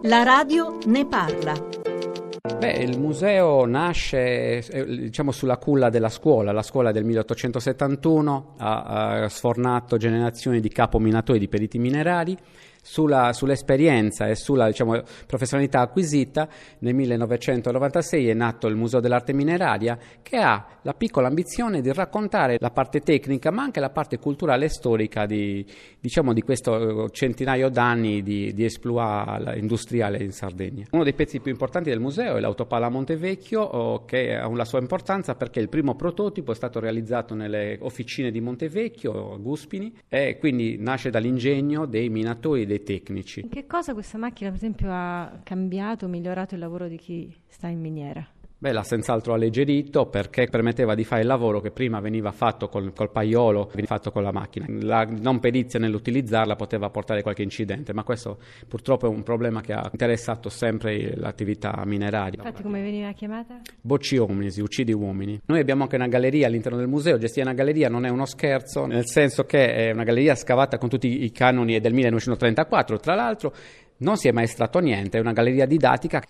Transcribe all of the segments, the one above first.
La radio ne parla. Il museo nasce sulla culla della scuola. La scuola del 1871 ha sfornato generazioni di capominatori, di periti minerari. Sull'esperienza e sulla professionalità acquisita, nel 1996 è nato il Museo dell'Arte Mineraria, che ha la piccola ambizione di raccontare la parte tecnica ma anche la parte culturale e storica di questo centinaio d'anni di exploit industriale in Sardegna. Uno dei pezzi più importanti del museo è l'autopala Montevecchio, che ha la sua importanza perché il primo prototipo è stato realizzato nelle officine di Montevecchio, a Guspini, e quindi nasce dall'ingegno dei minatori, dei tecnici. In che cosa questa macchina, per esempio, ha cambiato, migliorato il lavoro di chi sta in miniera? L'ha senz'altro alleggerito, perché permetteva di fare il lavoro che prima veniva fatto col paiolo, veniva fatto con la macchina. La non perizia nell'utilizzarla poteva portare qualche incidente, ma questo purtroppo è un problema che ha interessato sempre l'attività mineraria. Infatti, come veniva chiamata? Bocci hominis, uccidi uomini. Noi abbiamo anche una galleria all'interno del museo. Gestire una galleria non è uno scherzo, nel senso che è una galleria scavata con tutti i canoni del 1934. Tra l'altro non si è mai estratto niente, è una galleria didattica.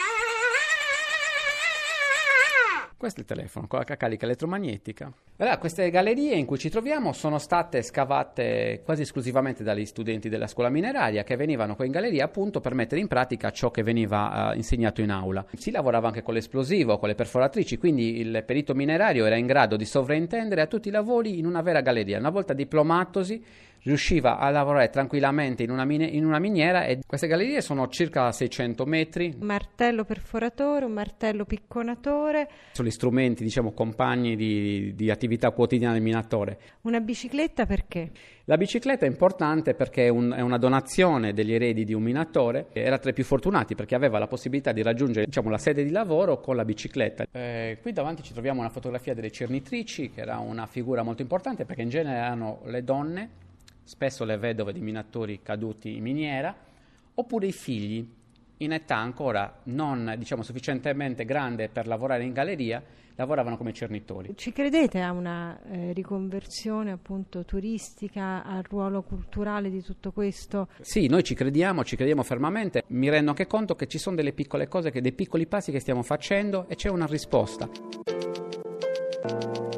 Questo è il telefono con la carica elettromagnetica. Queste gallerie in cui ci troviamo sono state scavate quasi esclusivamente dagli studenti della scuola mineraria, che venivano qui in galleria appunto per mettere in pratica ciò che veniva insegnato in aula. Si lavorava anche con l'esplosivo, con le perforatrici, quindi il perito minerario era in grado di sovraintendere a tutti i lavori in una vera galleria. Una volta diplomatosi riusciva a lavorare tranquillamente in una miniera, e queste gallerie sono circa 600 metri. Un martello perforatore, un martello picconatore. Sono gli strumenti, compagni di attività quotidiana del minatore. Una bicicletta perché? La bicicletta è importante perché è una donazione degli eredi di un minatore. Era tra i più fortunati perché aveva la possibilità di raggiungere la sede di lavoro con la bicicletta. Qui davanti ci troviamo una fotografia delle cernitrici, che era una figura molto importante perché in genere erano le donne, spesso le vedove di minatori caduti in miniera, oppure i figli in età ancora non sufficientemente grande per lavorare in galleria, lavoravano come cernitori. Ci credete a una riconversione appunto turistica, al ruolo culturale di tutto questo? Sì, noi ci crediamo fermamente. Mi rendo anche conto che ci sono delle piccole cose, dei piccoli passi che stiamo facendo, e c'è una risposta.